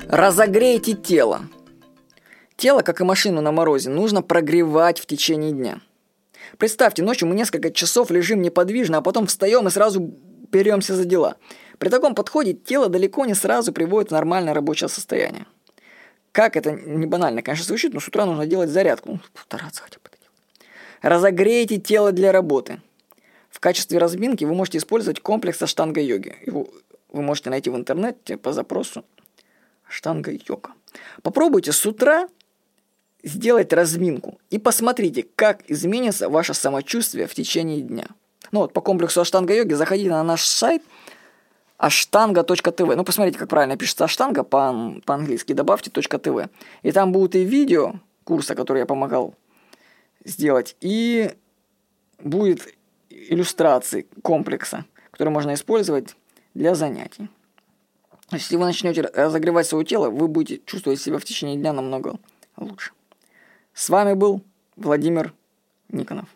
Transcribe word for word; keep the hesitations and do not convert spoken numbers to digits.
Разогрейте тело. Тело, как и машину на морозе, нужно прогревать в течение дня. Представьте, ночью мы несколько часов лежим неподвижно, а потом встаем и сразу беремся за дела. При таком подходе тело далеко не сразу приводит в нормальное рабочее состояние. Как это не банально, конечно, звучит, но с утра нужно делать зарядку. Ну, стараться хотя бы это делать. Разогрейте тело для работы. В качестве разминки вы можете использовать комплекс аштанга-йоги. Его вы можете найти в интернете по запросу аштанга-йога. Попробуйте с утра сделать разминку и посмотрите, как изменится ваше самочувствие в течение дня. Ну вот по комплексу аштанга-йоги заходите на наш сайт аштанга точка ти ви. Ну посмотрите, как правильно пишется аштанга по- по-английски, добавьте .тв. И там будут и видео курса, который я помогал сделать, и будет иллюстрации комплекса, которые можно использовать для занятий. Если вы начнете разогревать свое тело, вы будете чувствовать себя в течение дня намного лучше. С вами был Владимир Никонов.